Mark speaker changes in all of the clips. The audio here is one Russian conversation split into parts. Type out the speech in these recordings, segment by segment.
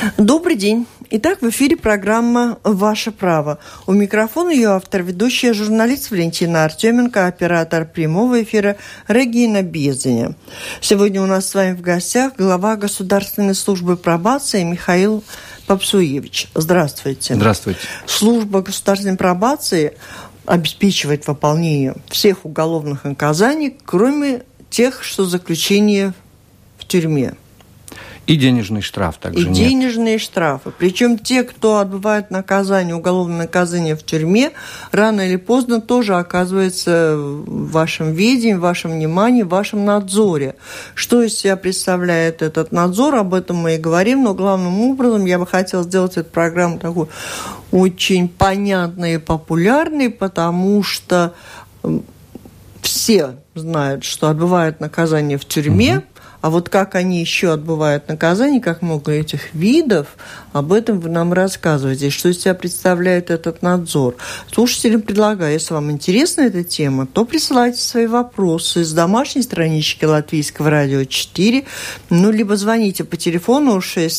Speaker 1: Добрый день. Итак, в эфире программа «Ваше право». У микрофона ее автор, ведущая журналист Валентина Артеменко, оператор прямого эфира Регина Безеня. Сегодня у нас с вами в гостях глава Государственной службы пробации Михаил Попсуевич. Здравствуйте.
Speaker 2: Здравствуйте.
Speaker 1: Служба государственной пробации обеспечивает выполнение всех уголовных наказаний, кроме тех, что заключение в тюрьме.
Speaker 2: И денежный штраф также нет.
Speaker 1: И денежные штрафы. Причем те, кто отбывает наказание, уголовное наказание в тюрьме, рано или поздно тоже оказывается в вашем ведении, в вашем внимании, в вашем надзоре. Что из себя представляет этот надзор, об этом мы и говорим, но главным образом я бы хотела сделать эту программу такой очень понятной и популярной, потому что все знают, что отбывают наказание в тюрьме, а вот как они еще отбывают наказание, как много этих видов, об этом вы нам рассказываете. Что из себя представляет этот надзор. Слушателям предлагаю, если вам интересна эта тема, то присылайте свои вопросы с домашней странички Латвийского радио 4, либо звоните по телефону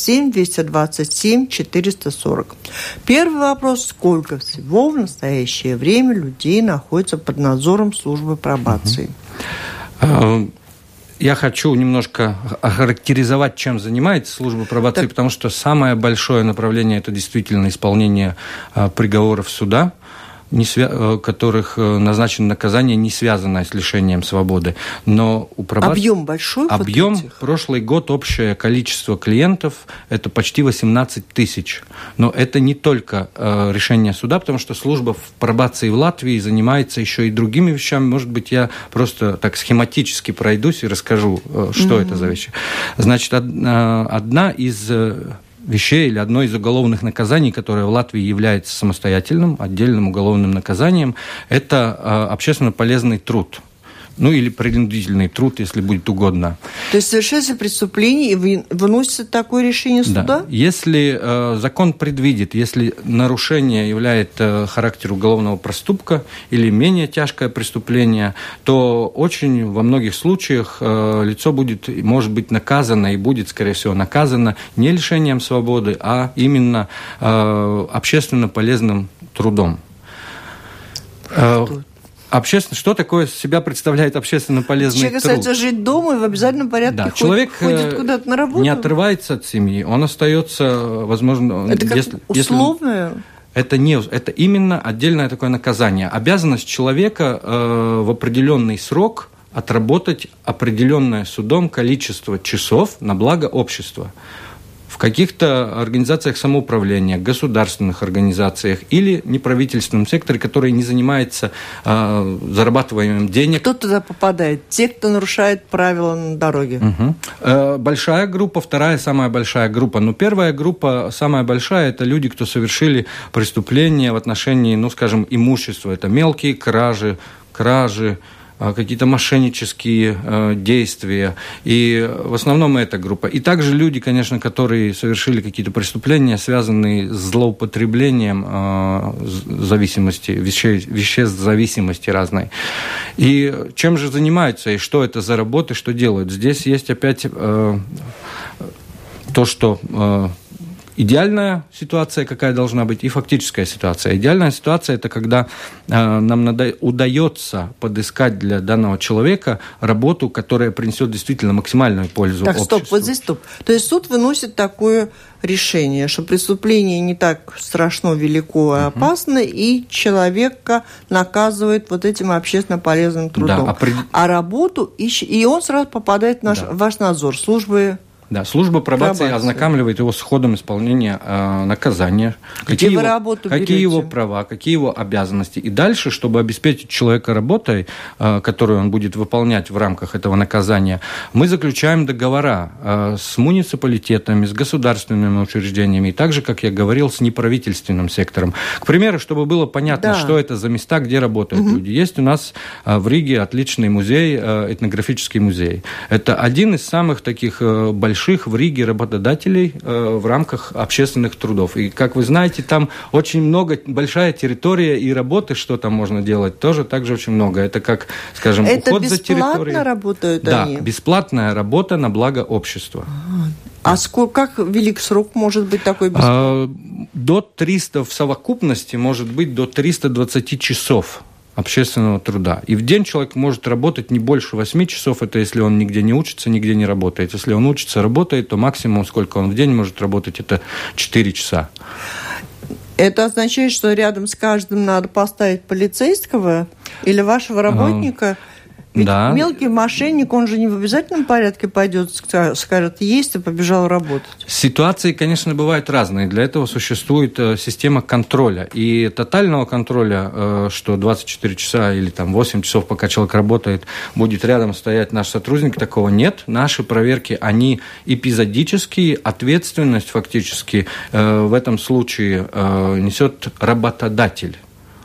Speaker 1: 67-227-440. Первый вопрос. Сколько всего в настоящее время людей находится под надзором службы пробации?
Speaker 2: Я хочу немножко охарактеризовать, чем занимается служба пробации, потому что самое большое направление – это действительно исполнение приговоров суда, которых назначено наказание, не связанное с лишением свободы. Но у пробации...
Speaker 1: Объем большой?
Speaker 2: Объем, прошлый год общее количество клиентов – это почти 18 тысяч. Но это не только решение суда, потому что служба пробации в Латвии занимается еще и другими вещами. Может быть, я просто так схематически пройдусь и расскажу, что это за вещи. Значит, одна из вещей или одно из уголовных наказаний, которое в Латвии является самостоятельным, отдельным уголовным наказанием, это общественно полезный труд. Или принудительный труд, если будет угодно.
Speaker 1: То есть совершается преступление и выносится такое решение суда?
Speaker 2: Да. Если закон предвидит, если нарушение является характер уголовного проступка или менее тяжкое преступление, то очень во многих случаях лицо может быть наказано и будет, скорее всего, наказано не лишением свободы, а именно общественно полезным трудом. Что такое себя представляет общественно полезный труд?
Speaker 1: Человек остается жить дома и в обязательном порядке ходит куда-то на работу?
Speaker 2: Не отрывается от семьи, он остается, возможно...
Speaker 1: Это как условное?
Speaker 2: Это именно отдельное такое наказание. Обязанность человека в определенный срок отработать определенное судом количество часов на благо общества. В каких-то организациях самоуправления, государственных организациях или неправительственном секторе, который не занимается зарабатыванием денег.
Speaker 1: Кто туда попадает? Те, кто нарушает правила на дороге?
Speaker 2: Большая группа, вторая самая большая группа. Но первая группа, самая большая, это люди, кто совершили преступления в отношении, имущества. Это мелкие кражи, какие-то мошеннические действия. И в основном эта группа. И также люди, конечно, которые совершили какие-то преступления, связанные с злоупотреблением зависимости, веществ зависимости разной. И чем же занимаются, и что это за работы, что делают? Здесь есть опять то, что... Идеальная ситуация, какая должна быть, и фактическая ситуация. Идеальная ситуация – это когда нам удается подыскать для данного человека работу, которая принесет действительно максимальную пользу обществу.
Speaker 1: Стоп. То есть суд выносит такое решение, что преступление не так страшно, велико и опасно, и человека наказывает вот этим общественно полезным трудом. А работу ищет, и он сразу попадает в ваш надзор, службы...
Speaker 2: Да, служба пробации ознакомливает его с ходом исполнения наказания, какие его права, какие его обязанности. И дальше, чтобы обеспечить человека работой, которую он будет выполнять в рамках этого наказания, мы заключаем договора с муниципалитетами, с государственными учреждениями, и также, как я говорил, с неправительственным сектором. К примеру, чтобы было понятно, что это за места, где работают люди. Есть у нас в Риге отличный музей, этнографический музей. Это один из самых таких больших в Риге работодателей в рамках общественных трудов. И, как вы знаете, там очень большая территория и работы, что там можно делать, тоже также очень много. Это как, уход за территорией.
Speaker 1: Это бесплатно работают они?
Speaker 2: Да, бесплатная работа на благо общества.
Speaker 1: А как велик срок может быть такой бесплатный?
Speaker 2: До 300 в совокупности может быть до 320 часов общественного труда. И в день человек может работать не больше 8 часов, это если он нигде не учится, нигде не работает. Если он учится, работает, то максимум, сколько он в день может работать, это 4 часа.
Speaker 1: Это означает, что рядом с каждым надо поставить полицейского или вашего работника? Ведь
Speaker 2: да.
Speaker 1: Мелкий мошенник, он же не в обязательном порядке пойдет, скажет есть и побежал работать.
Speaker 2: Ситуации, конечно, бывают разные. Для этого существует система контроля. И тотального контроля, что 24 часа или там, 8 часов, пока человек работает, будет рядом стоять наш сотрудник, такого нет. Наши проверки, они эпизодические. Ответственность фактически в этом случае несет работодатель.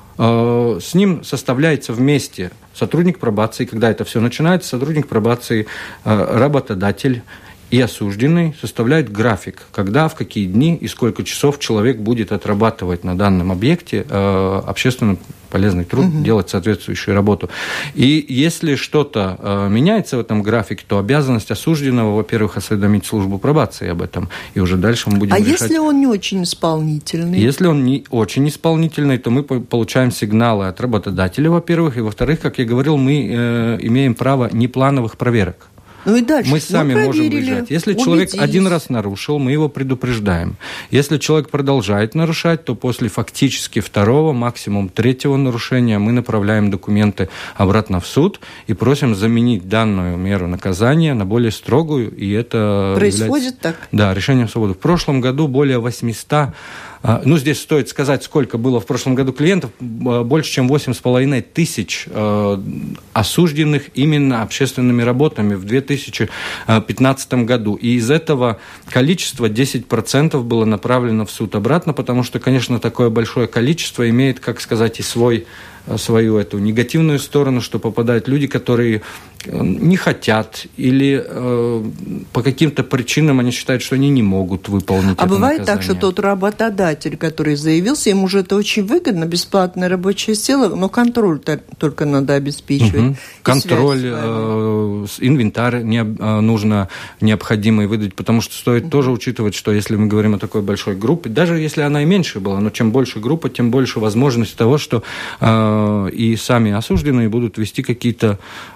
Speaker 2: С ним составляется вместе сотрудник пробации, когда это все начинается, сотрудник пробации, работодатель и осужденный составляют график, когда, в какие дни и сколько часов человек будет отрабатывать на данном объекте общественно полезный труд, делать соответствующую работу. И если что-то меняется в этом графике, то обязанность осужденного, во-первых, осведомить службу пробации об этом, и уже дальше мы будем решать.
Speaker 1: А если он не очень исполнительный?
Speaker 2: Если он не очень исполнительный, то мы получаем сигналы от работодателя, во-первых, и, во-вторых, как я говорил, мы имеем право неплановых проверок.
Speaker 1: Ну и дальше.
Speaker 2: Мы сами можем выезжать. Если человек один раз нарушил, мы его предупреждаем. Если человек продолжает нарушать, то после фактически второго, максимум третьего нарушения мы направляем документы обратно в суд и просим заменить данную меру наказания на более строгую. И это
Speaker 1: происходит так?
Speaker 2: Да, решением свободы. В прошлом году более 800. Здесь стоит сказать, сколько было в прошлом году клиентов. Больше, чем 8,5 тысяч осужденных именно общественными работами в 2015 году. И из этого количества 10% было направлено в суд обратно, потому что, конечно, такое большое количество имеет, как сказать, и свою эту негативную сторону, что попадают люди, которые не хотят или по каким-то причинам они считают, что они не могут выполнить это
Speaker 1: бывает
Speaker 2: наказание.
Speaker 1: Так, что тот работодатель, который заявился, ему же это очень выгодно, бесплатная рабочая сила, но контроль только надо обеспечивать.
Speaker 2: Контроль, инвентарь нужно необходимый выдать, потому что стоит тоже учитывать, что если мы говорим о такой большой группе, даже если она и меньше была, но чем больше группа, тем больше возможность того, что и сами осужденные будут вести какие-то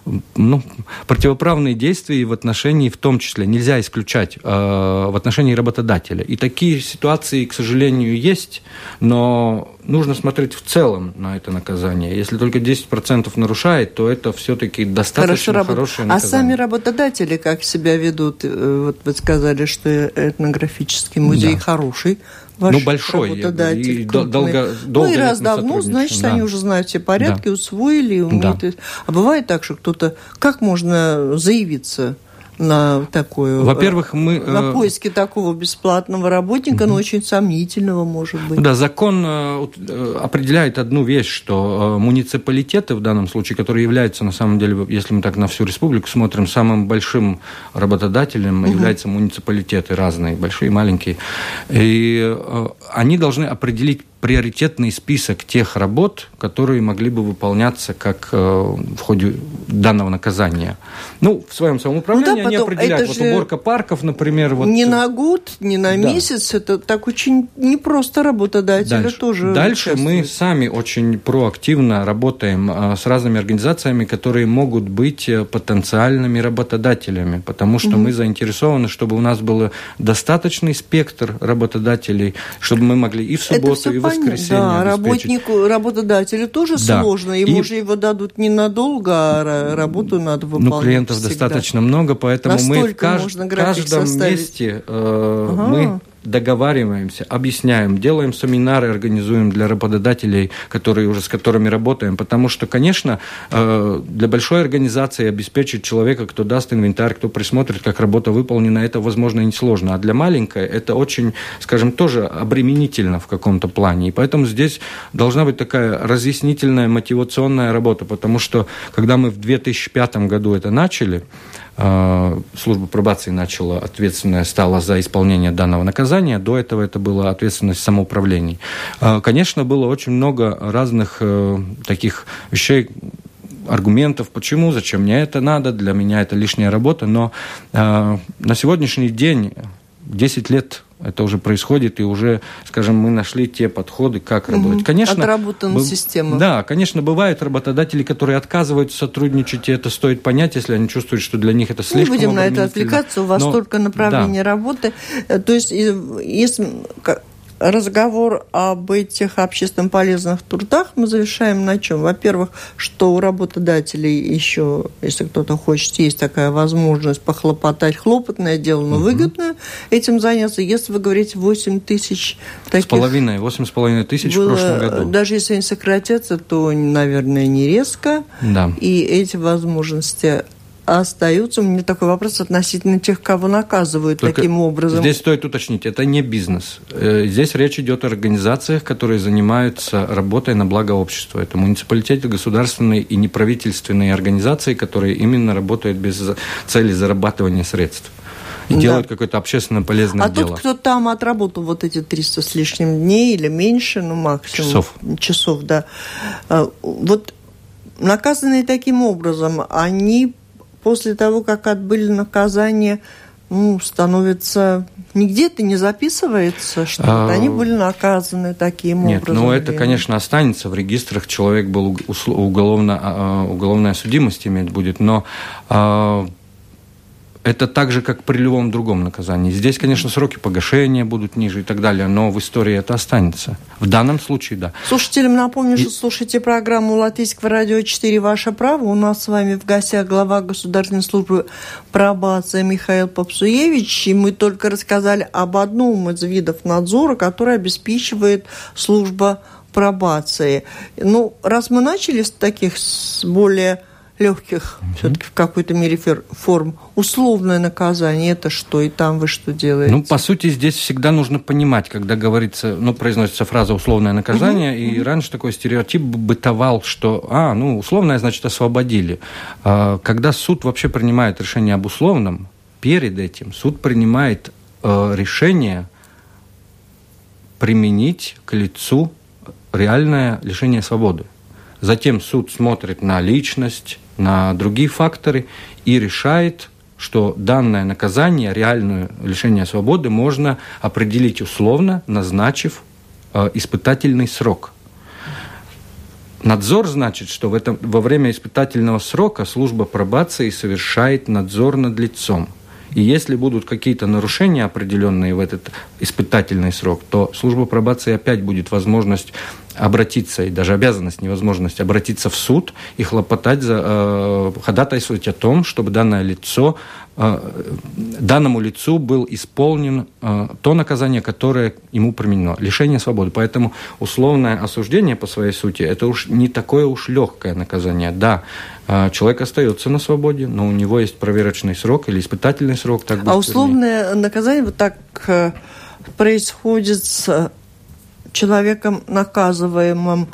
Speaker 2: противоправные действия в отношении, в том числе, нельзя исключать, в отношении работодателя. И такие ситуации, к сожалению, есть, но нужно смотреть в целом на это наказание. Если только 10% нарушает, то это все-таки достаточно хорошее наказание.
Speaker 1: А сами работодатели как себя ведут? Вот вы сказали, что этнографический музей хороший.
Speaker 2: Большой,
Speaker 1: работодатель,
Speaker 2: и долго
Speaker 1: и раз давно, значит, они уже знают все порядки, усвоили, умеют. А бывает так, что кто-то... Как можно заявиться на такое...
Speaker 2: Во-первых, мы...
Speaker 1: На поиски такого бесплатного работника, но очень сомнительного, может быть.
Speaker 2: Да, закон определяет одну вещь, что муниципалитеты в данном случае, которые являются, на самом деле, если мы так на всю республику смотрим, самым большим работодателем являются муниципалитеты разные, большие и маленькие. И они должны определить приоритетный список тех работ, которые могли бы выполняться как в ходе данного наказания. В своем самоуправлении они определяют. Уборка парков, например.
Speaker 1: Не на год, не на месяц. Это так очень непросто работодателя тоже.
Speaker 2: Дальше мы сами очень проактивно работаем с разными организациями, которые могут быть потенциальными работодателями, потому что мы заинтересованы, чтобы у нас был достаточный спектр работодателей, чтобы мы могли и в субботу, и в воскресенье обеспечить.
Speaker 1: Работодателю тоже сложно. Ему же его дадут ненадолго, а работу надо выполнять
Speaker 2: клиентов
Speaker 1: всегда.
Speaker 2: Достаточно много, поэтому мы в каждом месте мы договариваемся, объясняем, делаем семинары, организуем для работодателей, с которыми работаем, потому что, конечно, для большой организации обеспечить человека, кто даст инвентарь, кто присмотрит, как работа выполнена, это, возможно, и несложно, а для маленькой это очень, скажем, тоже обременительно в каком-то плане, и поэтому здесь должна быть такая разъяснительная, мотивационная работа, потому что, когда мы в 2005 году это начали, служба пробации ответственная стала за исполнение данного наказания. До этого это была ответственность самоуправлений. Конечно, было очень много разных таких вещей, аргументов, почему, зачем мне это надо, для меня это лишняя работа, но на сегодняшний день 10 лет это уже происходит, и уже, скажем, мы нашли те подходы, как работать. Конечно,
Speaker 1: отработана система.
Speaker 2: Да, конечно, бывают работодатели, которые отказываются сотрудничать, и это стоит понять, если они чувствуют, что для них это слишком
Speaker 1: обременительно. Не будем на это отвлекаться, у вас только направление работы. То есть, если разговор об этих общественно полезных трудах мы завершаем на чем? Во-первых, что у работодателей еще, если кто-то хочет, есть такая возможность похлопотать, хлопотное дело, но выгодное этим заняться. Если вы говорите 8 тысяч таких...
Speaker 2: 8,5 тысяч в прошлом году.
Speaker 1: Даже если они сократятся, то, наверное, не резко.
Speaker 2: Да. И
Speaker 1: эти возможности остаются. У меня такой вопрос относительно тех, кого наказывают только таким образом.
Speaker 2: Здесь стоит уточнить, это не бизнес. Здесь речь идет о организациях, которые занимаются работой на благо общества. Это муниципалитеты, государственные и неправительственные организации, которые именно работают без цели зарабатывания средств. И делают какое-то общественно полезное дело. А
Speaker 1: тот, кто там отработал вот эти 300 с лишним дней или меньше, максимум часов, да. Вот наказанные таким образом, они после того, как отбыли наказание, становится... Нигде-то не записывается, что они были наказаны таким образом.
Speaker 2: Нет, это, конечно, останется в регистрах. Человек был уголовная судимость иметь будет, но... Это так же, как при любом другом наказании. Здесь, конечно, сроки погашения будут ниже и так далее, но в истории это останется. В данном случае, да.
Speaker 1: Слушателям напомню, что слушайте программу Латвийского радио 4 «Ваше право». У нас с вами в гостях глава Государственной службы пробации Михаил Попсуевич. И мы только рассказали об одном из видов надзора, который обеспечивает служба пробации. Раз мы начали с таких более легких, все-таки в какой-то мере форм, условное наказание, это что? И там вы что делаете?
Speaker 2: По сути, здесь всегда нужно понимать, когда говорится, произносится фраза «условное наказание», и раньше такой стереотип бытовал, что, условное, значит, освободили. Когда суд вообще принимает решение об условном, перед этим суд принимает решение применить к лицу реальное лишение свободы. Затем суд смотрит на личность, на другие факторы и решает, что данное наказание, реальное лишение свободы, можно определить условно, назначив испытательный срок. Надзор значит, что во время испытательного срока служба пробации совершает надзор над лицом. И если будут какие-то нарушения, определенные в этот испытательный срок, то служба пробации опять будет возможность обратиться, и даже обязанность, невозможность обратиться в суд и ходатайствовать о том, чтобы данному лицу был исполнен то наказание, которое ему применено, лишение свободы. Поэтому условное осуждение по своей сути – это уж не такое уж легкое наказание. Да, человек остается на свободе, но у него есть проверочный срок или испытательный срок.
Speaker 1: А условное наказание вот так происходит с человеком, наказываемым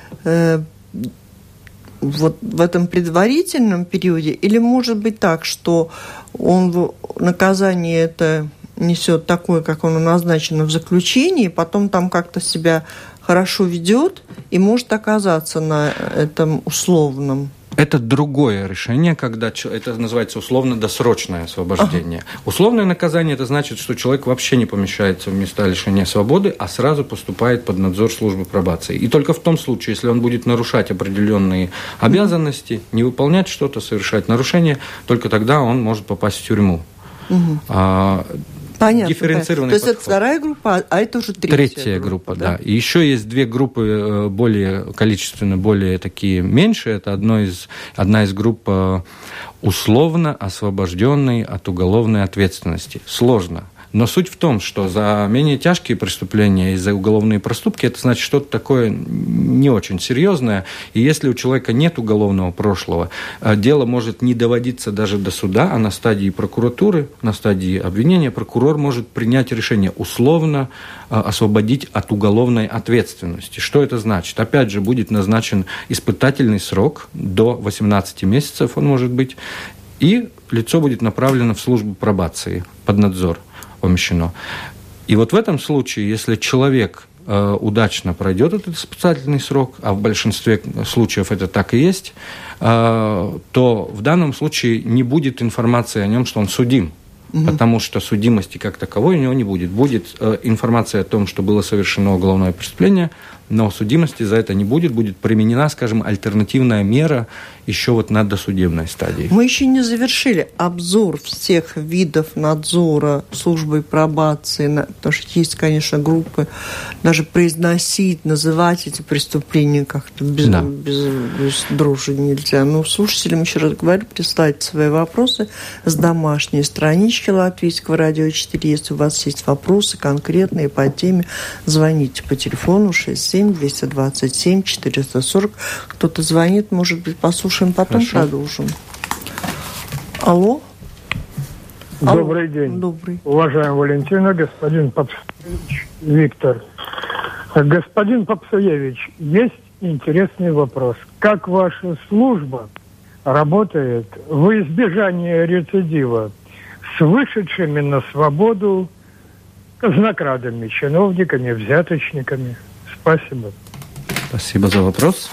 Speaker 1: вот в этом предварительном периоде, или может быть так, что наказание это несет такое, как оно назначено в заключении, потом там как-то себя хорошо ведет и может оказаться на этом условном?
Speaker 2: Это другое решение, когда это называется условно-досрочное освобождение. Условное наказание – это значит, что человек вообще не помещается в места лишения свободы, а сразу поступает под надзор службы пробации. И только в том случае, если он будет нарушать определенные обязанности, не выполнять что-то, совершать нарушение, только тогда он может попасть в тюрьму.
Speaker 1: Понятно.
Speaker 2: Дифференцированный
Speaker 1: То есть это вторая группа, а это уже третья группа,
Speaker 2: да. И еще есть две группы количественно более такие меньше. Это одна из групп условно освобожденной от уголовной ответственности. Сложно. Но суть в том, что за менее тяжкие преступления и за уголовные проступки это значит что-то такое не очень серьезное. И если у человека нет уголовного прошлого, дело может не доводиться даже до суда, а на стадии прокуратуры, на стадии обвинения прокурор может принять решение условно освободить от уголовной ответственности. Что это значит? Опять же, будет назначен испытательный срок до 18 месяцев, он может быть, и лицо будет направлено в службу пробации под надзор. Помещено. И вот в этом случае, если человек удачно пройдет этот испытательный срок, а в большинстве случаев это так и есть, то в данном случае не будет информации о нем, что он судим. потому что судимости как таковой у него не будет. Будет информация о том, что было совершено уголовное преступление, но судимости за это не будет. Будет применена, скажем, альтернативная мера еще вот на досудебной стадии.
Speaker 1: Мы еще не завершили обзор всех видов надзора службой пробации, потому что есть, конечно, группы, даже произносить, называть эти преступления как-то без дрожи нельзя. Но слушателям, еще раз говорю, присылайте свои вопросы с домашней странички Латвийского радио 4. Если у вас есть вопросы конкретные по теме, звоните по телефону 67-227-440. Кто-то звонит, может быть, послушаем, потом продолжим. Алло?
Speaker 3: Добрый день.
Speaker 1: Добрый.
Speaker 3: Уважаемая Валентина, господин Попсуевич Виктор. Господин Попсуевич, есть интересный вопрос. Как ваша служба работает во избежание рецидива с вышедшими на свободу казнокрадами, чиновниками, взяточниками? Спасибо.
Speaker 2: Спасибо за вопрос.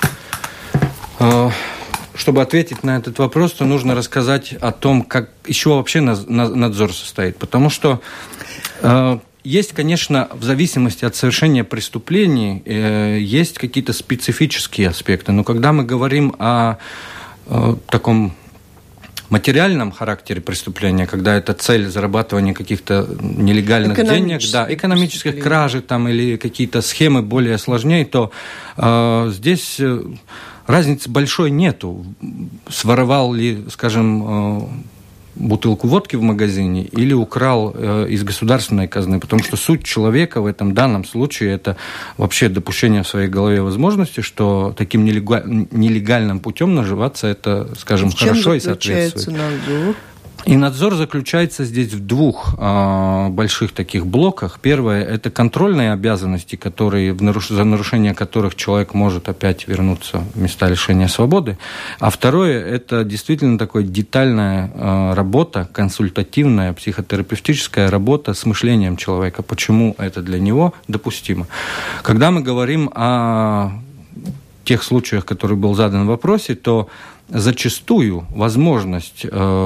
Speaker 2: Чтобы ответить на этот вопрос, то нужно рассказать о том, как еще вообще надзор состоит. Потому что есть, конечно, в зависимости от совершения преступлений, есть какие-то специфические аспекты. Но когда мы говорим о таком материальном характере преступления, когда это цель зарабатывания каких-то нелегальных денег, экономических кражей там, или какие-то схемы более сложнее, то здесь разницы большой нету. Своровал ли, скажем, бутылку водки в магазине или украл из государственной казны, потому что суть человека в этом данном случае это вообще допущение в своей голове возможности, что таким нелегальным путем наживаться это, скажем, хорошо и соответствует.
Speaker 1: Надзор?
Speaker 2: И надзор заключается здесь в двух больших таких блоках. Первое – это контрольные обязанности, которые, за нарушение которых человек может опять вернуться в места лишения свободы. А второе – это действительно такая детальная работа, консультативная, психотерапевтическая работа с мышлением человека, почему это для него допустимо. Когда мы говорим о тех случаях, которые был задан в вопросе, то зачастую возможность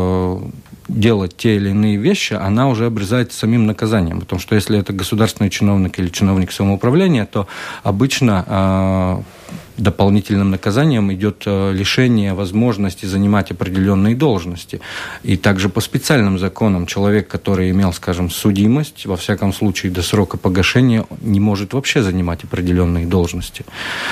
Speaker 2: делать те или иные вещи, она уже обрезается самим наказанием. Потому что если это государственный чиновник или чиновник самоуправления, то обычно дополнительным наказанием идет лишение возможности занимать определенные должности. И также по специальным законам человек, который имел, скажем, судимость, во всяком случае до срока погашения, не может вообще занимать определенные должности.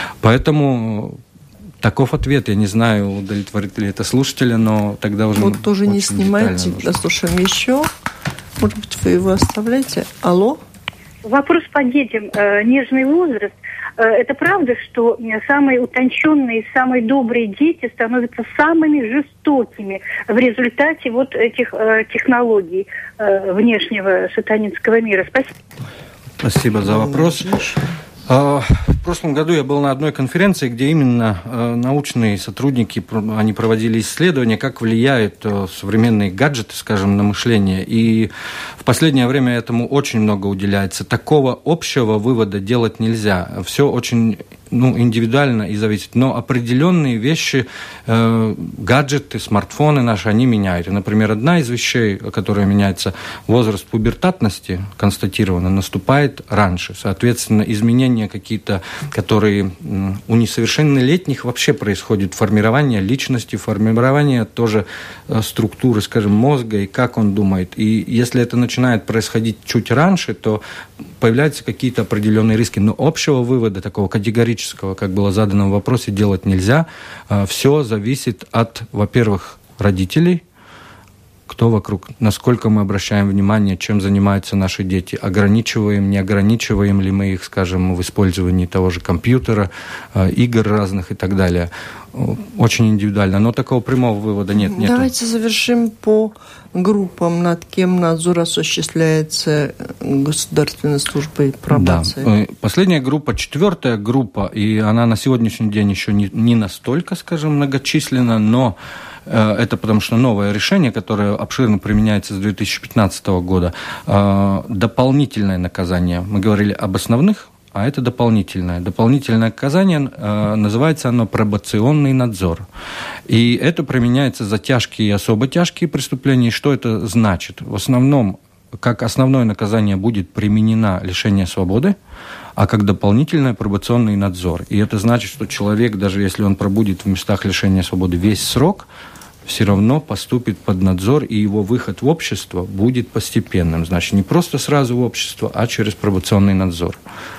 Speaker 2: Поэтому таков ответ. Я не знаю, удовлетворит ли это слушателя, но тогда уже...
Speaker 1: Вот тоже не снимайте, дослушаем еще. Может быть, вы его оставляете? Алло?
Speaker 4: Вопрос по детям. Нежный возраст. Это правда, что самые утонченные, самые добрые дети становятся самыми жестокими в результате вот этих технологий внешнего сатанинского мира? Спасибо.
Speaker 2: Спасибо за вопрос. В прошлом году я был на одной конференции, где именно научные сотрудники, они проводили исследования, как влияют современные гаджеты, скажем, на мышление. И в последнее время этому очень много уделяется. Такого общего вывода делать нельзя. Все очень индивидуально и зависит. Но определенные вещи, гаджеты, смартфоны наши, они меняют. И, например, одна из вещей, которая меняется, возраст пубертатности констатированно наступает раньше. Соответственно, изменения какие-то, которые у несовершеннолетних вообще происходит, формирование личности, формирование тоже структуры, скажем, мозга и как он думает. И если это начинает происходить чуть раньше, то появляются какие-то определенные риски. Но общего вывода, такого категорического, как было задано в вопросе, делать нельзя. Все зависит от, во-первых, родителей, кто вокруг, насколько мы обращаем внимание, чем занимаются наши дети, ограничиваем, не ограничиваем ли мы их, скажем, в использовании того же компьютера, игр разных и так далее. Очень индивидуально, но такого прямого вывода нет.
Speaker 1: Давайте завершим по группам, над кем надзор осуществляется Государственной службой пробации.
Speaker 2: Да. Последняя группа, 4-я группа, и она на сегодняшний день еще не настолько, скажем, многочисленна, но это потому что новое решение, которое обширно применяется с 2015 года, дополнительное наказание. Мы говорили об основных а это дополнительное. Дополнительное наказание, называется оно пробационный надзор. И это применяется за тяжкие и особо тяжкие преступления. И что это значит? В основном, как основное наказание будет применено лишение свободы, а как дополнительный пробационный надзор. И это значит, что человек, даже если он пробудет в местах лишения свободы весь срок, все равно поступит под надзор, и его выход в общество будет постепенным. Значит, не просто сразу в общество, а через пробационный надзор.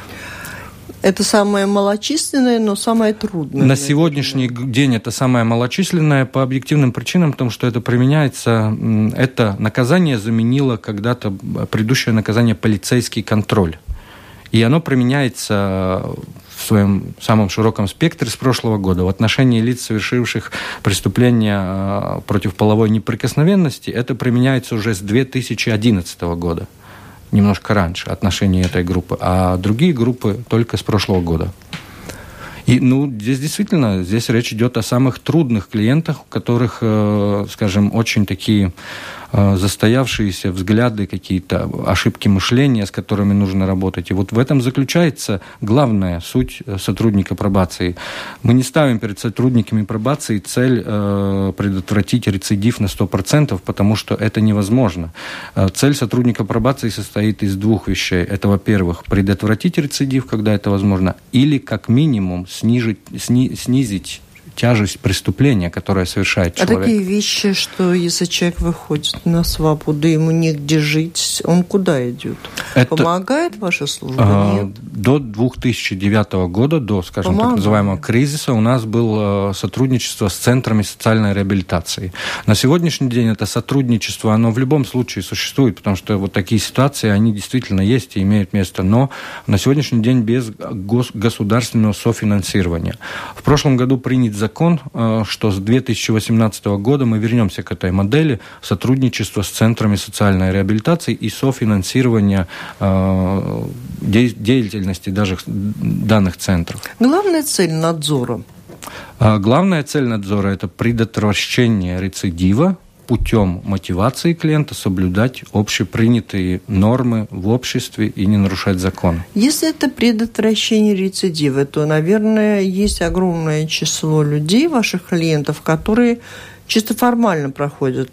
Speaker 1: Это самое малочисленное, но самое трудное.
Speaker 2: На сегодняшний день это самое малочисленное по объективным причинам, потому что это применяется, это наказание заменило когда-то предыдущее наказание полицейский контроль. И оно применяется в своем самом широком спектре с прошлого года. В отношении лиц, совершивших преступления против половой неприкосновенности, это применяется уже с 2011 года. Немножко раньше отношение этой группы, а другие группы только с прошлого года. И, здесь действительно, здесь речь идет о самых трудных клиентах, у которых, скажем, очень такие застоявшиеся взгляды, какие-то ошибки мышления, с которыми нужно работать. И вот в этом заключается главная суть сотрудника пробации. Мы не ставим перед сотрудниками пробации цель предотвратить рецидив на 100%, потому что это невозможно. Цель сотрудника пробации состоит из двух вещей. Это, во-первых, предотвратить рецидив, когда это возможно, или как минимум снизить тяжесть преступления, которое совершает человек.
Speaker 1: А такие вещи, что если человек выходит на свободу, ему негде жить, он куда идет? Помогает ваша служба? Нет?
Speaker 2: До 2009 года, до, скажем, так называемого кризиса, у нас было сотрудничество с центрами социальной реабилитации. На сегодняшний день это сотрудничество, оно в любом случае существует, потому что вот такие ситуации, они действительно есть и имеют место, но на сегодняшний день без государственного софинансирования. В прошлом году принят закон, что с 2018 года мы вернемся к этой модели сотрудничества с центрами социальной реабилитации и софинансирования деятельности даже данных центров.
Speaker 1: Главная цель надзора?
Speaker 2: Главная цель надзора – это предотвращение рецидива путем мотивации клиента соблюдать общепринятые нормы в обществе и не нарушать закон.
Speaker 1: Если это предотвращение рецидива, то, наверное, есть огромное число людей, ваших клиентов, которые чисто формально проходят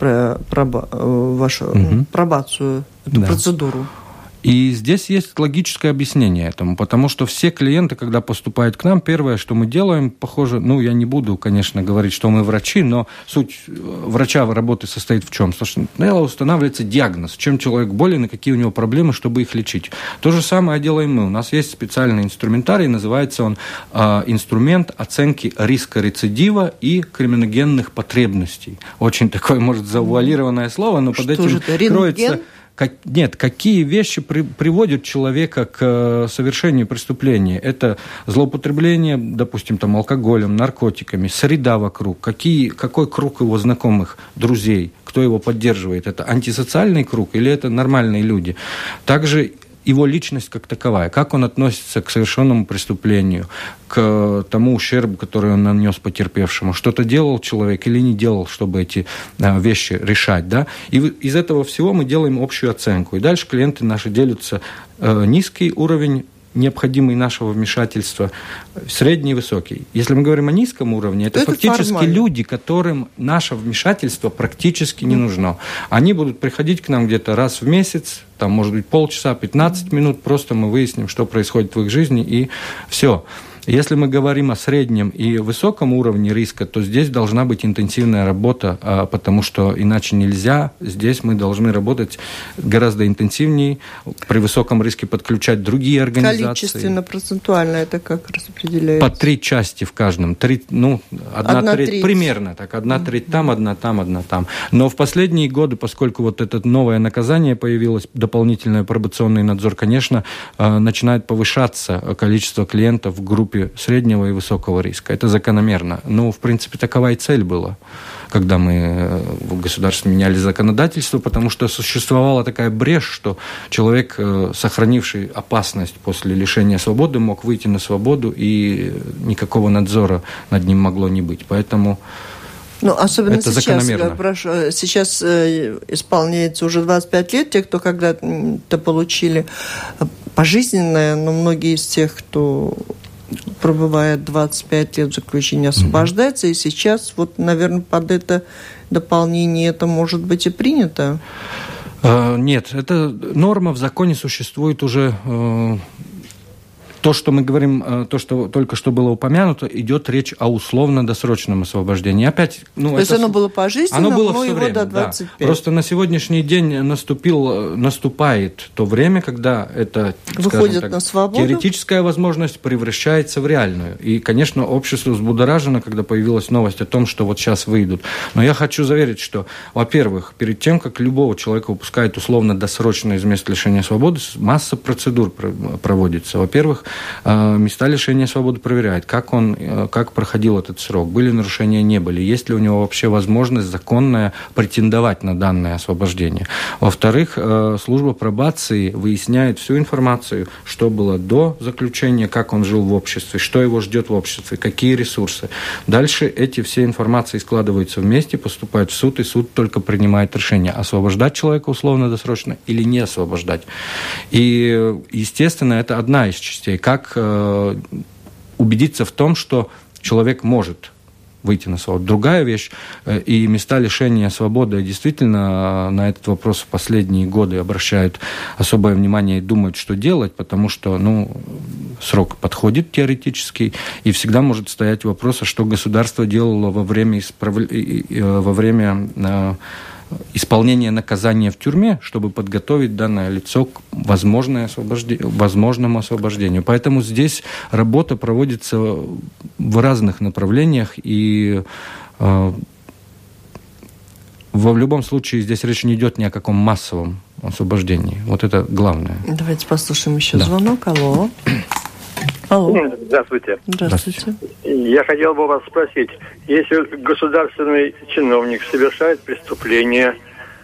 Speaker 1: вашу пробацию, эту процедуру.
Speaker 2: И здесь есть логическое объяснение этому, потому что все клиенты, когда поступают к нам, первое, что мы делаем, похоже, я не буду, конечно, говорить, что мы врачи, но суть врача работы состоит в чем? Сначала устанавливается диагноз, чем человек болен и какие у него проблемы, чтобы их лечить. То же самое делаем мы. У нас есть специальный инструментарий, называется он инструмент оценки риска рецидива и криминогенных потребностей. Очень такое, может, завуалированное слово, но под этим кроется... Нет, какие вещи приводят человека к совершению преступления? Это злоупотребление, допустим, алкоголем, наркотиками, среда вокруг, какой круг его знакомых, друзей, кто его поддерживает? Это антисоциальный круг или это нормальные люди? Также его личность как таковая, как он относится к совершенному преступлению, к тому ущербу, который он нанес потерпевшему, что-то делал человек или не делал, чтобы эти вещи решать, да? И из этого всего мы делаем общую оценку. И дальше клиенты наши делятся низкий уровень, необходимый нашего вмешательства, средний и высокий. Если мы говорим о низком уровне, это фактически формально. Люди, которым наше вмешательство практически не нужно. Они будут приходить к нам где-то раз в месяц, может быть, полчаса, 15 минут, просто мы выясним, что происходит в их жизни, и все. Если мы говорим о среднем и высоком уровне риска, то здесь должна быть интенсивная работа, потому что иначе нельзя. Здесь мы должны работать гораздо интенсивнее, при высоком риске подключать другие организации.
Speaker 1: Количественно, процентуально это как распределяется?
Speaker 2: По 3 части в каждом. Одна треть. Примерно так. 1/3 там, 1 там, 1 там. Но в последние годы, поскольку вот это новое наказание появилось, дополнительный пробационный надзор, конечно, начинает повышаться количество клиентов в группе среднего и высокого риска. Это закономерно. В принципе, такова и цель была, когда мы в государстве меняли законодательство, потому что существовала такая брешь, что человек, сохранивший опасность после лишения свободы, мог выйти на свободу, и никакого надзора над ним могло не быть. Поэтому
Speaker 1: особенно
Speaker 2: это закономерно.
Speaker 1: Сейчас исполняется уже 25 лет, те, кто когда-то получили пожизненное, но многие из тех, кто пробывает 25 лет заключения, освобождается, и сейчас, вот, наверное, под это дополнение это может быть и принято?
Speaker 2: Нет, эта норма в законе существует уже... То, что мы говорим, то, что только что было упомянуто, идет речь о условно-досрочном освобождении. Опять,
Speaker 1: то есть оно было пожизненно, но его до 25.
Speaker 2: Да. Просто на сегодняшний день наступает то время, когда это,
Speaker 1: выходит на свободу.
Speaker 2: Теоретическая возможность превращается в реальную. И, конечно, общество взбудоражено, когда появилась новость о том, что вот сейчас выйдут. Но я хочу заверить, что, во-первых, перед тем, как любого человека выпускают условно-досрочно из мест лишения свободы, масса процедур проводится. Во-первых, места лишения свободы проверяют, как проходил этот срок, были нарушения, не были, есть ли у него вообще возможность законная претендовать на данное освобождение. Во-вторых, служба пробации выясняет всю информацию, что было до заключения, как он жил в обществе, что его ждет в обществе, какие ресурсы. Дальше эти все информации складываются вместе, поступают в суд, и суд только принимает решение, освобождать человека условно-досрочно или не освобождать. И, естественно, это одна из частей. Как убедиться в том, что человек может выйти на свободу. Другая вещь, и места лишения свободы действительно на этот вопрос в последние годы обращают особое внимание и думают, что делать, потому что срок подходит теоретически, и всегда может стоять вопрос, а что государство делало во время исполнения наказания в тюрьме, чтобы подготовить данное лицо к возможному освобождению. Поэтому здесь работа проводится в разных направлениях, и в любом случае здесь речь не идет ни о каком массовом освобождении. Вот это главное.
Speaker 1: Давайте послушаем еще звонок. Алло.
Speaker 5: Здравствуйте.
Speaker 1: Здравствуйте.
Speaker 5: Я хотел бы вас спросить, если государственный чиновник совершает преступление,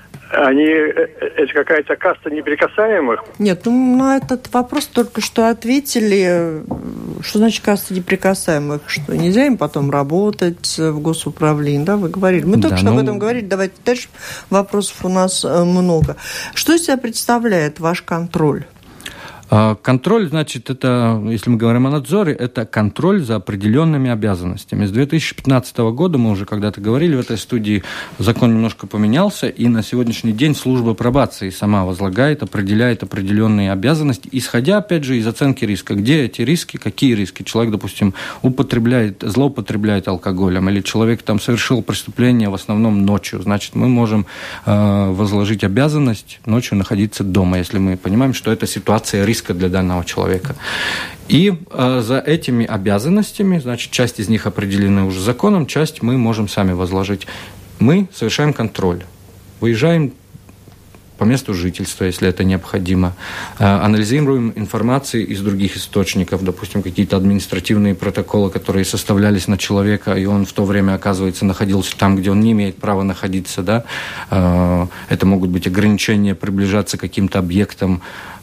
Speaker 5: это какая-то каста неприкасаемых?
Speaker 1: Нет, на этот вопрос только что ответили. Что значит каста неприкасаемых? Что нельзя им потом работать в госуправлении? Да, вы говорили. Мы только что об этом говорили. Давайте дальше. Вопросов у нас много. Что из себя представляет ваш контроль?
Speaker 2: Контроль, значит, это, если мы говорим о надзоре, это контроль за определенными обязанностями. С 2015 года, мы уже когда-то говорили в этой студии, закон немножко поменялся, и на сегодняшний день служба пробации сама возлагает, определяет определенные обязанности, исходя, опять же, из оценки риска. Где эти риски, какие риски? Человек, допустим, злоупотребляет алкоголем, или человек там совершил преступление в основном ночью. Значит, мы можем возложить обязанность ночью находиться дома, если мы понимаем, что это ситуация риска для данного человека. И за этими обязанностями, значит, часть из них определены уже законом, часть мы можем сами возложить. Мы совершаем контроль. Выезжаем по месту жительства, если это необходимо. Анализируем информацию из других источников, допустим, какие-то административные протоколы, которые составлялись на человека, и он в то время, оказывается, находился там, где он не имеет права находиться. Да? Это могут быть ограничения приближаться к каким-то объектам.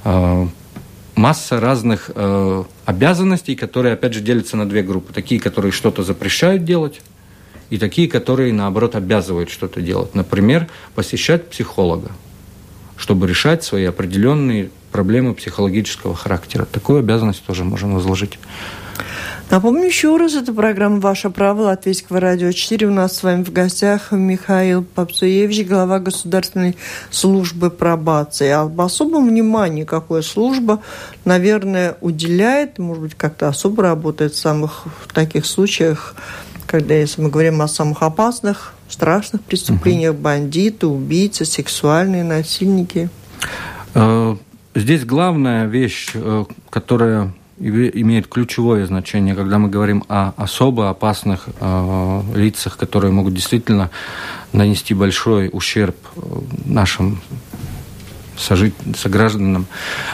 Speaker 2: Масса разных обязанностей, которые, опять же, делятся на две группы. Такие, которые что-то запрещают делать, и такие, которые, наоборот, обязывают что-то делать. Например, посещать психолога, чтобы решать свои определенные проблемы психологического характера. Такую обязанность тоже можем возложить.
Speaker 1: Напомню еще раз, это программа «Ваше право», Латвийского радио 4. У нас с вами в гостях Михаил Попсуевич, глава Государственной службы пробации. Об особом внимании, какая служба, наверное, уделяет, может быть, как-то особо работает в таких случаях, когда, если мы говорим о самых опасных, страшных преступлениях, бандиты, убийцы, сексуальные насильники.
Speaker 2: Здесь главная вещь, которая имеет ключевое значение, когда мы говорим о особо опасных лицах, которые могут действительно нанести большой ущерб нашим согражданам.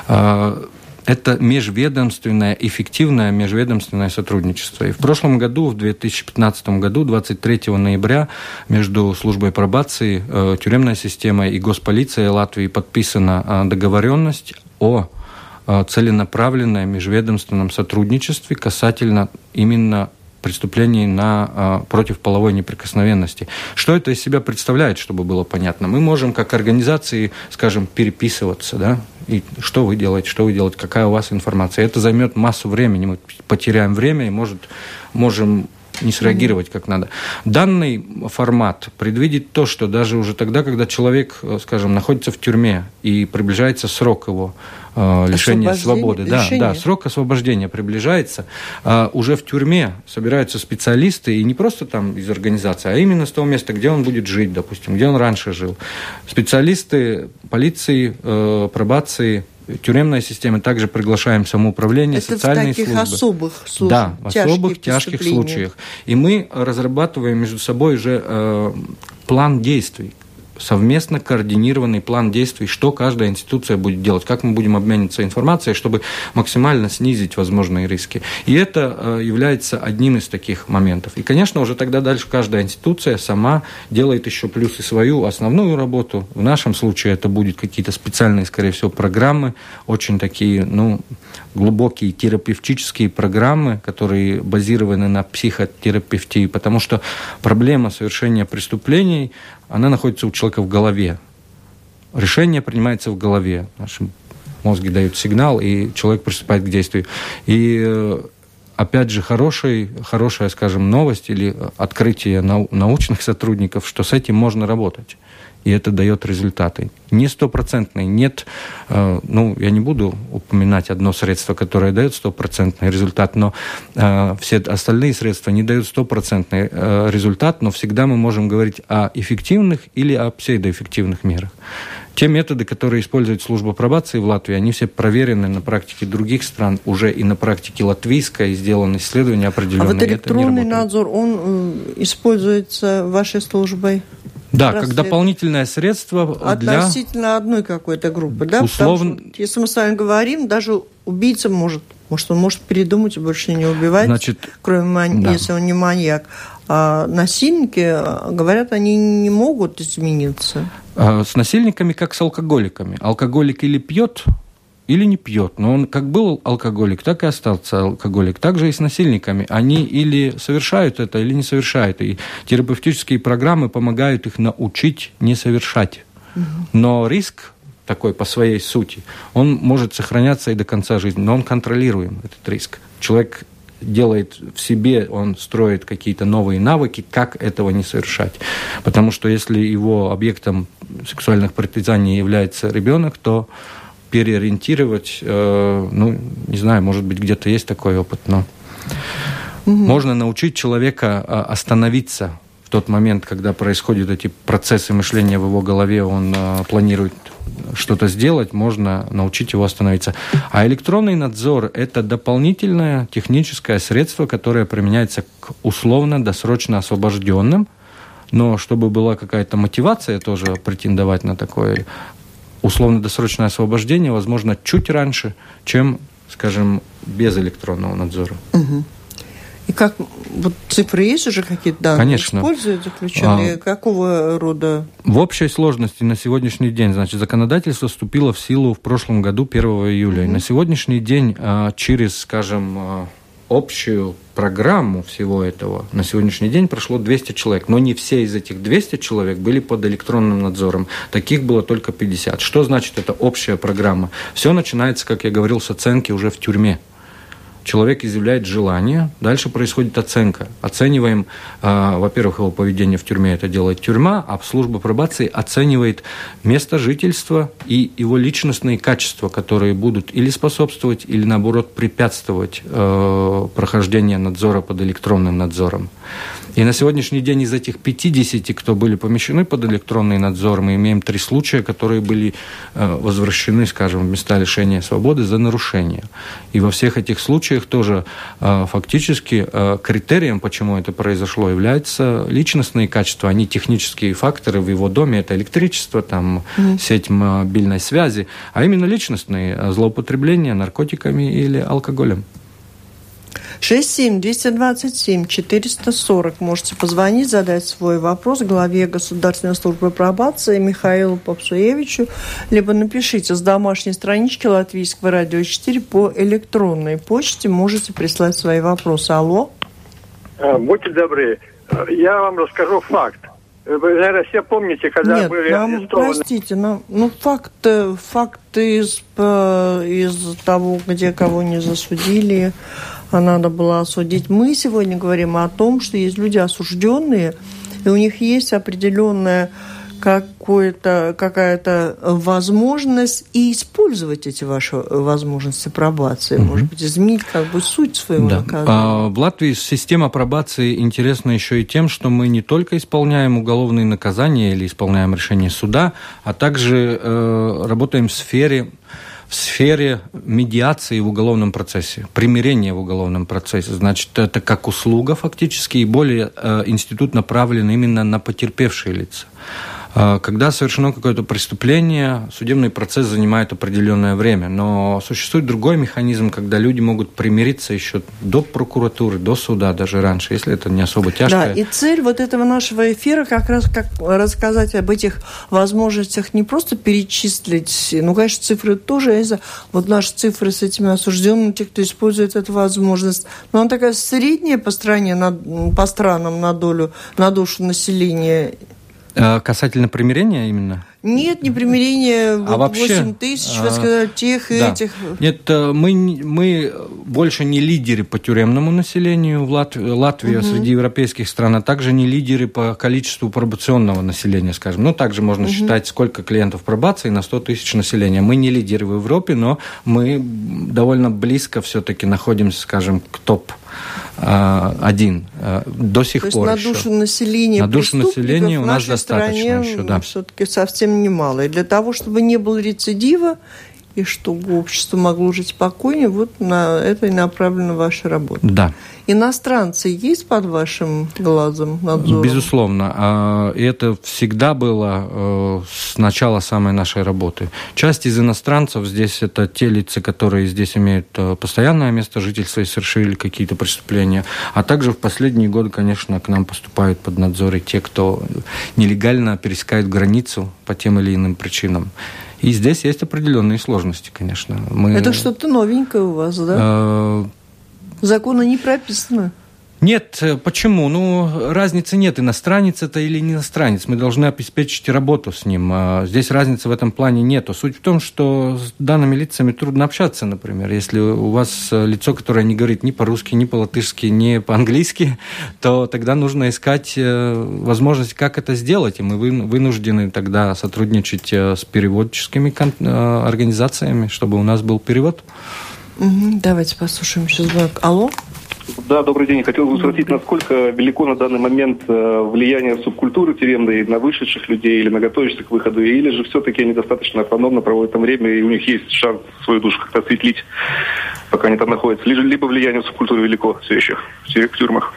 Speaker 2: Это межведомственное, эффективное межведомственное сотрудничество. И в прошлом году, в 2015 году, 23 ноября, между службой пробации, тюремной системой и Госполицией Латвии подписана договоренность о целенаправленном межведомственном сотрудничестве касательно именно преступлений против половой неприкосновенности. Что это из себя представляет, чтобы было понятно? Мы можем как организации, скажем, переписываться, да, и что вы делаете, какая у вас информация. Это займет массу времени, мы потеряем время и можем не среагировать как надо. Данный формат предвидит то, что даже уже тогда, когда человек, скажем, находится в тюрьме и приближается срок его лишения свободы, срок освобождения приближается, уже в тюрьме собираются специалисты, и не просто там из организации, а именно с того места, где он будет жить, допустим, где он раньше жил. Специалисты полиции, пробации, тюремная система, также приглашаем самоуправление, это социальные службы. Это в таких особых случаях? Да, в особых тяжких случаях. И мы разрабатываем между собой уже план действий, совместно координированный план действий, что каждая институция будет делать, как мы будем обмениваться информацией, чтобы максимально снизить возможные риски. И это является одним из таких моментов. И, конечно, уже тогда дальше каждая институция сама делает еще плюс и свою основную работу. В нашем случае это будут какие-то специальные, скорее всего, программы, очень такие, глубокие терапевтические программы, которые базированы на психотерапевтии, потому что проблема совершения преступлений, она находится у человека в голове. Решение принимается в голове. Наши мозги дают сигнал, и человек приступает к действию. И опять же, хорошая, скажем, новость или открытие научных сотрудников, что с этим можно работать. И это дает результаты. Не стопроцентные, нет, я не буду упоминать одно средство, которое дает стопроцентный результат, но все остальные средства не дают стопроцентный результат, но всегда мы можем говорить о эффективных или о псевдоэффективных мерах. Те методы, которые использует служба пробации в Латвии, они все проверены на практике других стран, уже и на практике латвийской, сделаны исследования определенные.
Speaker 1: А вот электронный надзор, он используется вашей службой?
Speaker 2: Да, как дополнительное средство
Speaker 1: относительно одной какой-то группы, да?
Speaker 2: Условно...
Speaker 1: Потому что, если мы с вами говорим, даже убийца он может передумать и больше не убивать, если он не маньяк. А насильники, говорят, они не могут измениться.
Speaker 2: С насильниками, как с алкоголиками. Алкоголик или пьет, или не пьет. Но он как был алкоголик, так и остался алкоголик. Также и с насильниками. Они или совершают это, или не совершают. И терапевтические программы помогают их научить не совершать. Но риск такой по своей сути, он может сохраняться и до конца жизни. Но он контролируем, этот риск. Человек делает в себе, он строит какие-то новые навыки, как этого не совершать. Потому что если его объектом сексуальных притязаний является ребенок, то переориентировать, не знаю, может быть, где-то есть такой опыт, но можно научить человека остановиться в тот момент, когда происходят эти процессы мышления в его голове, он планирует что-то сделать, можно научить его остановиться. А электронный надзор – это дополнительное техническое средство, которое применяется к условно-досрочно освобожденным, но чтобы была какая-то мотивация тоже претендовать на такое условно-досрочное освобождение, возможно, чуть раньше, чем, скажем, без электронного надзора.
Speaker 1: И как цифры есть уже какие-то данные?
Speaker 2: Конечно.
Speaker 1: Используют заключенные? Какого рода?
Speaker 2: В общей сложности на сегодняшний день, законодательство вступило в силу в прошлом году, 1 июля. И на сегодняшний день через, скажем, общую программу всего этого на сегодняшний день прошло 200 человек. Но не все из этих 200 человек были под электронным надзором. Таких было только 50. Что значит эта общая программа? Все начинается, как я говорил, с оценки уже в тюрьме. Человек изъявляет желание, дальше происходит оценка. Оцениваем, во-первых, его поведение в тюрьме, это делает тюрьма, а служба пробации оценивает место жительства и его личностные качества, которые будут или способствовать, или, наоборот, препятствовать прохождению надзора под электронным надзором. И на сегодняшний день из этих 50, кто были помещены под электронный надзор, мы имеем 3 случая, которые были возвращены, скажем, в места лишения свободы за нарушение. И во всех этих случаях тоже фактически критерием, почему это произошло, являются личностные качества, а не технические факторы в его доме, это электричество, сеть мобильной связи, а именно личностные злоупотребления наркотиками или алкоголем.
Speaker 1: 67-227-440. Можете позвонить, задать свой вопрос главе Государственной службы пробации Михаилу Попсуевичу, либо напишите с домашней странички Латвийского радио 4 по электронной почте. Можете прислать свои вопросы. Алло.
Speaker 5: Будьте добры, я вам расскажу факт. Вы, наверное, все помните, когда были арестованы...
Speaker 1: Простите, факт из того, где кого не засудили, надо было осудить. Мы сегодня говорим о том, что есть люди осужденные, и у них есть определенная какая-то возможность и использовать эти ваши возможности пробации, может быть, изменить суть своего наказания.
Speaker 2: В Латвии система пробации интересна еще и тем, что мы не только исполняем уголовные наказания или исполняем решения суда, а также работаем в сфере медиации в уголовном процессе, примирения в уголовном процессе. Значит, это как услуга фактически, и более институт направлен именно на потерпевшие лица. Когда совершено какое-то преступление, судебный процесс занимает определенное время, но существует другой механизм, когда люди могут примириться еще до прокуратуры, до суда, даже раньше, если это не особо тяжкое.
Speaker 1: Да, и цель этого нашего эфира как раз рассказать об этих возможностях, не просто перечислить, конечно, цифры тоже, наши цифры с этими осужденными, те, кто использует эту возможность, но она такая средняя по стране, по странам на душу населения.
Speaker 2: Касательно примирения именно?
Speaker 1: Нет, не примирение,
Speaker 2: вообще,
Speaker 1: 8 тысяч, вы сказали, тех и этих.
Speaker 2: Нет, мы больше не лидеры по тюремному населению в Латвии среди европейских стран, а также не лидеры по количеству пробационного населения, скажем. Также можно считать, сколько клиентов пробации на 100 тысяч населения. Мы не лидеры в Европе, но мы довольно близко все-таки находимся, скажем, к топ-1 до сих пор.
Speaker 1: То есть на душу населения
Speaker 2: у нас достаточно еще, да.
Speaker 1: Все-таки совсем немало. И для того, чтобы не было рецидива, и чтобы общество могло жить спокойнее, на это и направлена ваша работа.
Speaker 2: Да.
Speaker 1: Иностранцы есть под вашим глазом, надзором?
Speaker 2: Безусловно. И это всегда было с начала самой нашей работы. Часть из иностранцев здесь это те лица, которые здесь имеют постоянное место жительства и совершили какие-то преступления. А также в последние годы, конечно, к нам поступают под надзор и те, кто нелегально пересекает границу по тем или иным причинам. И здесь есть определенные сложности, конечно.
Speaker 1: Это что-то новенькое у вас, да? Законы не прописаны.
Speaker 2: Нет, почему? Разницы нет, иностранец это или не иностранец. Мы должны обеспечить работу с ним. Здесь разницы в этом плане нету. Суть в том, что с данными лицами трудно общаться, например. Если у вас лицо, которое не говорит ни по-русски, ни по-латышски, ни по-английски, то тогда нужно искать возможность, как это сделать. И мы вынуждены тогда сотрудничать с переводческими организациями, чтобы у нас был перевод.
Speaker 1: Давайте послушаем еще звонок. Алло?
Speaker 6: Да, добрый день. Хотел бы спросить, насколько велико на данный момент влияние субкультуры тюремной на вышедших людей или на готовящихся к выходу, или же все-таки они достаточно автономно проводят там время, и у них есть шанс свою душу как-то осветлить, пока они там находятся. Либо влияние субкультуры велико все еще в тюрьмах.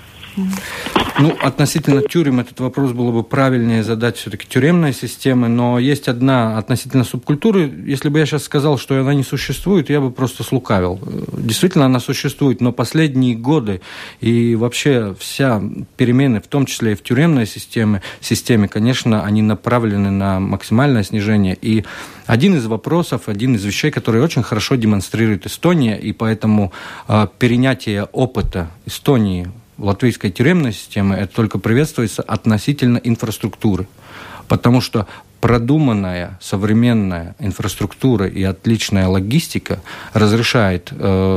Speaker 2: Относительно тюрем этот вопрос было бы правильнее задать все-таки тюремной системы, но есть одна относительно субкультуры. Если бы я сейчас сказал, что она не существует, я бы просто слукавил. Действительно, она существует, но последние годы и вообще вся перемены, в том числе и в тюремной системе, конечно, они направлены на максимальное снижение. И один из вопросов, один из вещей, которые очень хорошо демонстрирует Эстония, и поэтому перенятие опыта Эстонии латвийской тюремной системы, это только приветствуется относительно инфраструктуры. Потому что продуманная современная инфраструктура и отличная логистика разрешает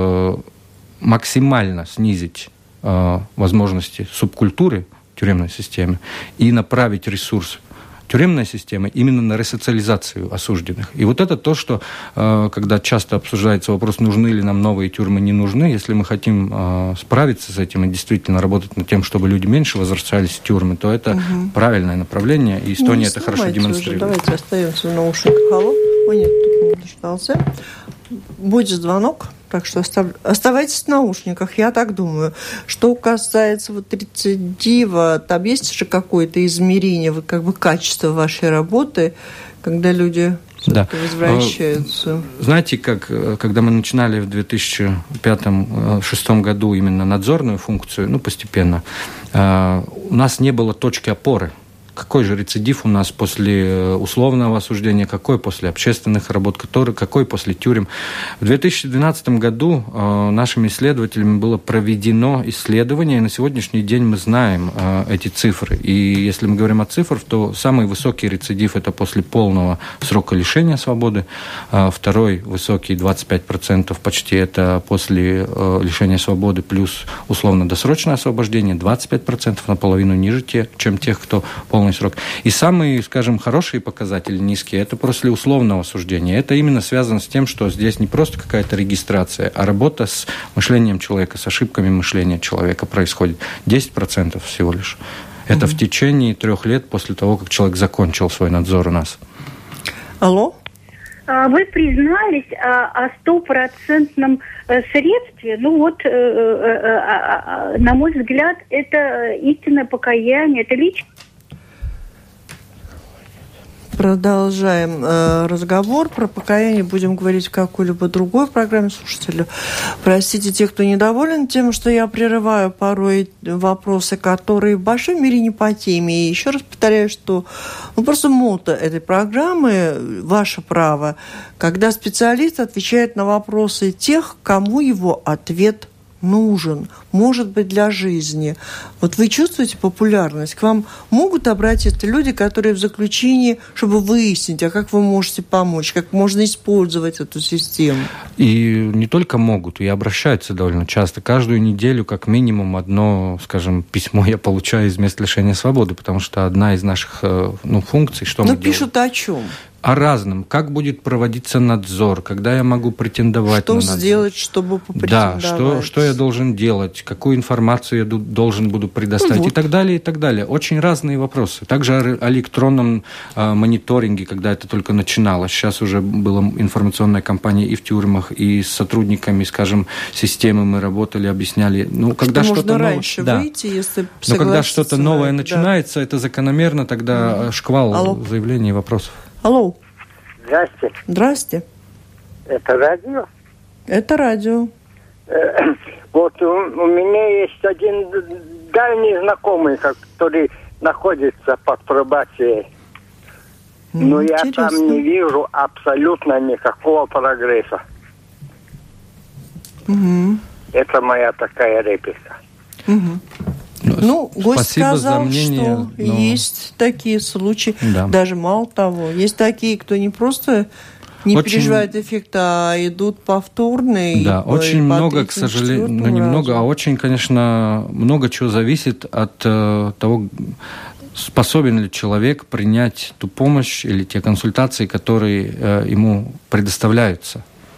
Speaker 2: максимально снизить возможности субкультуры тюремной системы и направить ресурс тюремной системы именно на ресоциализацию осужденных. И это то, что, когда часто обсуждается вопрос, нужны ли нам новые тюрьмы, не нужны, если мы хотим справиться с этим и действительно работать над тем, чтобы люди меньше возвращались в тюрьмы, то это правильное направление, и Эстония это хорошо демонстрирует.
Speaker 1: Давайте остаемся в наушниках. Алло. Нет, тут не дождался. Будет звонок, так что оставайтесь в наушниках, я так думаю. Что касается рецидива, там есть же какое-то измерение, качество вашей работы, когда люди возвращаются?
Speaker 2: Знаете, когда мы начинали в 2005-2006 году именно надзорную функцию, постепенно, у нас не было точки опоры. какой же рецидив у нас после условного осуждения, какой после общественных работ, какой после тюрем. В 2012 году нашими исследователями было проведено исследование, и на сегодняшний день мы знаем эти цифры. И если мы говорим о цифрах, то самый высокий рецидив – это после полного срока лишения свободы, второй высокий 25% почти это после лишения свободы плюс условно-досрочное освобождение, 25%, наполовину ниже, чем тех, кто полный срок. И самые, скажем, хорошие показатели, низкие, это после условного осуждения. Это именно связано с тем, что здесь не просто какая-то регистрация, а работа с мышлением человека, с ошибками мышления человека происходит. 10% всего лишь. Это в течение 3 лет после того, как человек закончил свой надзор у нас.
Speaker 1: Алло?
Speaker 4: Вы признались о 100% средстве. Ну вот, на мой взгляд, это истинное покаяние, это личное.
Speaker 1: Продолжаем разговор. Про покаяние будем говорить в какой-либо другой программе. Слушателю, простите те, кто недоволен тем, что я прерываю порой вопросы, которые в большой мере не по теме. И еще раз повторяю, что просто мото этой программы, ваше право, когда специалист отвечает на вопросы тех, кому его ответ нужен, может быть, для жизни. Вот вы чувствуете популярность? К вам могут обратиться люди, которые в заключении, чтобы выяснить, а как вы можете помочь, как можно использовать эту систему? И не только могут, и обращаются довольно часто. Каждую неделю, как минимум, одно, скажем, письмо я получаю из мест лишения свободы, потому что одна из наших функций, что мы делаем.
Speaker 4: Пишут о чем?
Speaker 2: О разном. Как будет проводиться надзор, когда я могу претендовать на надзор. Что сделать, чтобы попретендовать? Да, что я должен делать, какую информацию я должен буду предоставить и так далее, и так далее. Очень разные вопросы. Также о электронном мониторинге, когда это только начиналось. Сейчас уже была информационная кампания и в тюрьмах, и с сотрудниками, скажем, системы мы работали, объясняли. Когда что-то новое, раньше выйти, если но когда что-то новое начинается, это закономерно, тогда шквал заявлений и вопросов.
Speaker 1: Алло.
Speaker 7: Здрасте.
Speaker 1: Здрасте.
Speaker 7: Это радио?
Speaker 1: Это радио.
Speaker 7: Вот у меня есть один дальний знакомый, который находится под пробацией. Но я там не вижу абсолютно никакого прогресса.
Speaker 1: Угу.
Speaker 7: Это моя такая реплика.
Speaker 1: Угу. Гость сказал, что есть такие случаи, даже мало того, есть такие, кто не просто не переживает эффекта, а идут повторные.
Speaker 2: Да, очень много, к сожалению, немного, а очень, конечно, много чего зависит от того, способен ли человек принять ту помощь или те консультации, которые ему предоставляются.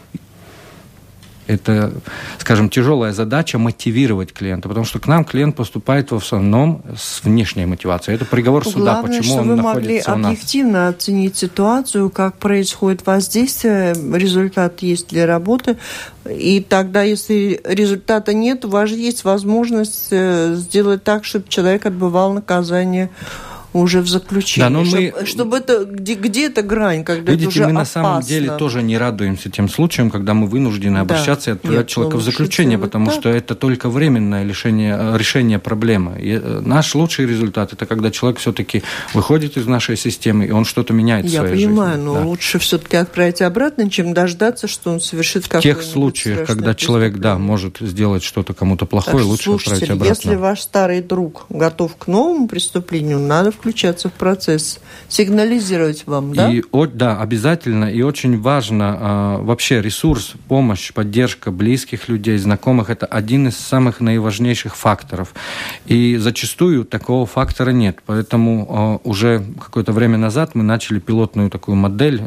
Speaker 2: Это, скажем, тяжелая задача мотивировать клиента, потому что к нам клиент поступает в основном с внешней мотивацией. Это приговор суда, почему он находится у нас. Главное, чтобы вы могли
Speaker 1: объективно оценить ситуацию, как происходит воздействие, результат есть для работы, и тогда, если результата нет, у вас есть возможность сделать так, чтобы человек отбывал наказание уже в заключении. Да, чтобы это, где эта грань, когда
Speaker 2: видите,
Speaker 1: это уже
Speaker 2: мы
Speaker 1: опасно.
Speaker 2: На самом деле тоже не радуемся тем случаям, когда мы вынуждены обращаться и отправлять человека в заключение, потому что это только временное решение проблемы. И наш лучший результат – это когда человек все-таки выходит из нашей системы, и он что-то меняет в своей жизни. Я понимаю,
Speaker 1: но лучше все-таки отправить обратно, чем дождаться, что он совершит какое-нибудь.
Speaker 2: В тех случаях, когда человек, может сделать что-то кому-то плохое, лучше отправить обратно.
Speaker 1: Если ваш старый друг готов к новому преступлению, надо включаться в процесс, сигнализировать вам, да?
Speaker 2: Да, обязательно. И очень важно вообще ресурс, помощь, поддержка близких людей, знакомых – это один из самых наиважнейших факторов. И зачастую такого фактора нет. Поэтому уже какое-то время назад мы начали пилотную такую модель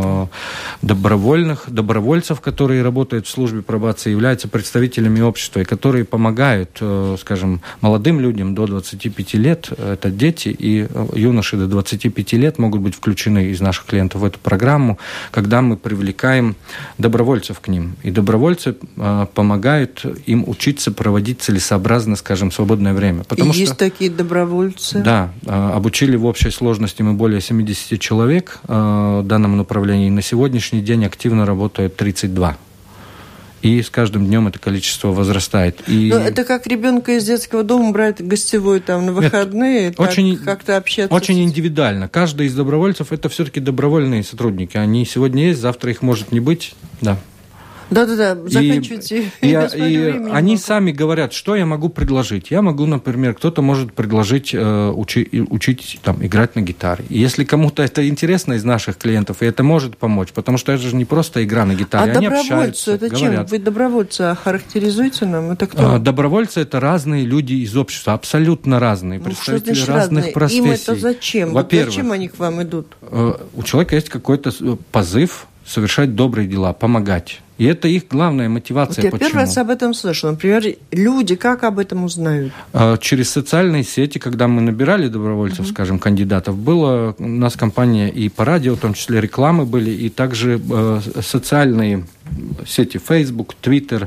Speaker 2: добровольцев, которые работают в службе пробации, являются представителями общества, и которые помогают, скажем, молодым людям до 25 лет, это дети и юноши до 25 лет могут быть включены из наших клиентов в эту программу, когда мы привлекаем добровольцев к ним. И добровольцы помогают им учиться проводить целесообразно, скажем, свободное время.
Speaker 1: Есть такие добровольцы?
Speaker 2: Да. Обучили в общей сложности мы более 70 человек в данном направлении. На сегодняшний день активно работают 32. И с каждым днем это количество возрастает.
Speaker 1: Но это как ребенка из детского дома брать гостевой там на выходные, как-то общаться.
Speaker 2: Очень индивидуально. Каждый из добровольцев – это все-таки добровольные сотрудники. Они сегодня есть, завтра их может не быть. Да.
Speaker 1: Да-да-да, заканчивайте.
Speaker 2: И они сами говорят, что я могу предложить. Я могу, например, кто-то может предложить учить там, играть на гитаре. И если кому-то это интересно из наших клиентов, и это может помочь, потому что это же не просто игра на гитаре, они общаются,
Speaker 1: это
Speaker 2: говорят.
Speaker 1: Чем? Вы добровольцы охарактеризуйте нам? Это кто?
Speaker 2: Добровольцы – это разные люди из общества, абсолютно разные, представители разных профессий.
Speaker 1: Им это зачем?
Speaker 2: Во-первых,
Speaker 1: зачем они к вам идут?
Speaker 2: У человека есть какой-то позыв совершать добрые дела, помогать. И это их главная мотивация.
Speaker 1: Я первый раз об этом слышу. Например, люди как об этом узнают?
Speaker 2: Через социальные сети, когда мы набирали добровольцев, скажем, кандидатов, была у нас кампания и по радио, в том числе рекламы были, и также социальные сети, Facebook, Twitter.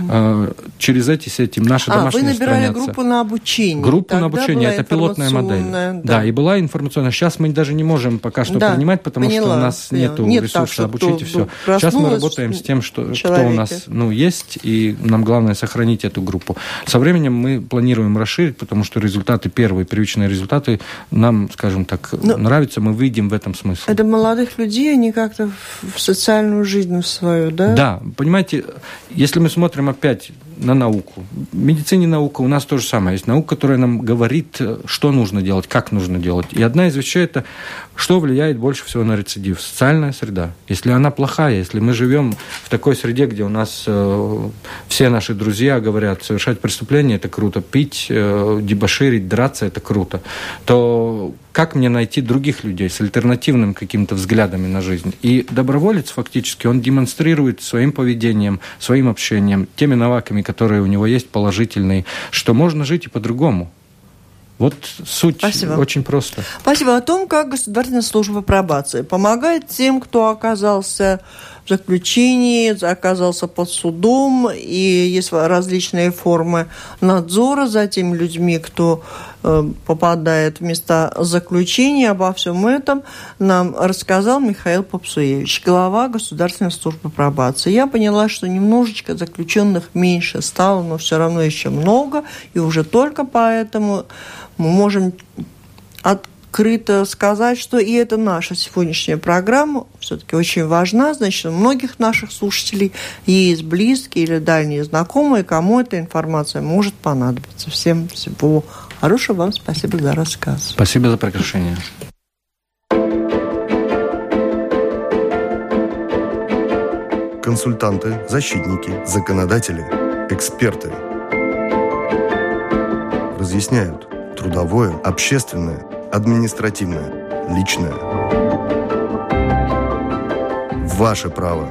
Speaker 2: Через эти сети наши домашние страницы.
Speaker 1: Вы набирали группу на обучение.
Speaker 2: Группу на обучение, это пилотная модель. Да, и была информационная. Сейчас мы даже не можем пока что принимать, потому что у нас нет ресурса обучить и все. Сейчас мы работаем с тем, что кто у нас есть, и нам главное сохранить эту группу. Со временем мы планируем расширить, потому что результаты, первые привычные результаты нам, скажем так, нравятся, мы видим в этом смысл.
Speaker 1: Это молодых людей, они как-то в социальную жизнь свою, да?
Speaker 2: Да, понимаете, если мы смотрим опять на науку. В медицине наука у нас то же самое. Есть наука, которая нам говорит, что нужно делать, как нужно делать. И одна из вещей – это что влияет больше всего на рецидив? Социальная среда. Если она плохая, если мы живем в такой среде, где у нас все наши друзья говорят, совершать преступления – это круто, пить, дебоширить, драться – это круто, то как мне найти других людей с альтернативным какими-то взглядами на жизнь? И доброволец фактически, он демонстрирует своим поведением, своим общением, теми навыками, которые у него есть положительные, что можно жить и по-другому. Вот суть. Спасибо. Очень просто.
Speaker 1: Спасибо. О том, как Государственная служба пробации помогает тем, кто оказался в заключении, оказался под судом, и есть различные формы надзора за теми людьми, кто попадает в места заключения. Обо всем этом нам рассказал Михаил Попсуевич, глава Государственной службы пробации. Я поняла, что немножечко заключенных меньше стало, но все равно еще много, и уже только поэтому мы можем открыто сказать, что и эта наша сегодняшняя программа все-таки очень важна. Значит, у многих наших слушателей есть близкие или дальние знакомые, кому эта информация может понадобиться. Всем всего хорошего. Вам спасибо за рассказ.
Speaker 2: Спасибо за приглашение.
Speaker 8: Консультанты, защитники, законодатели, эксперты разъясняют трудовое, общественное, административное, личное. Ваше право.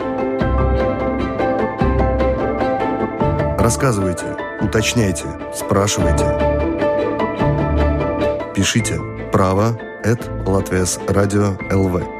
Speaker 8: Рассказывайте, уточняйте, спрашивайте. Пишите право@latviasradio.lv.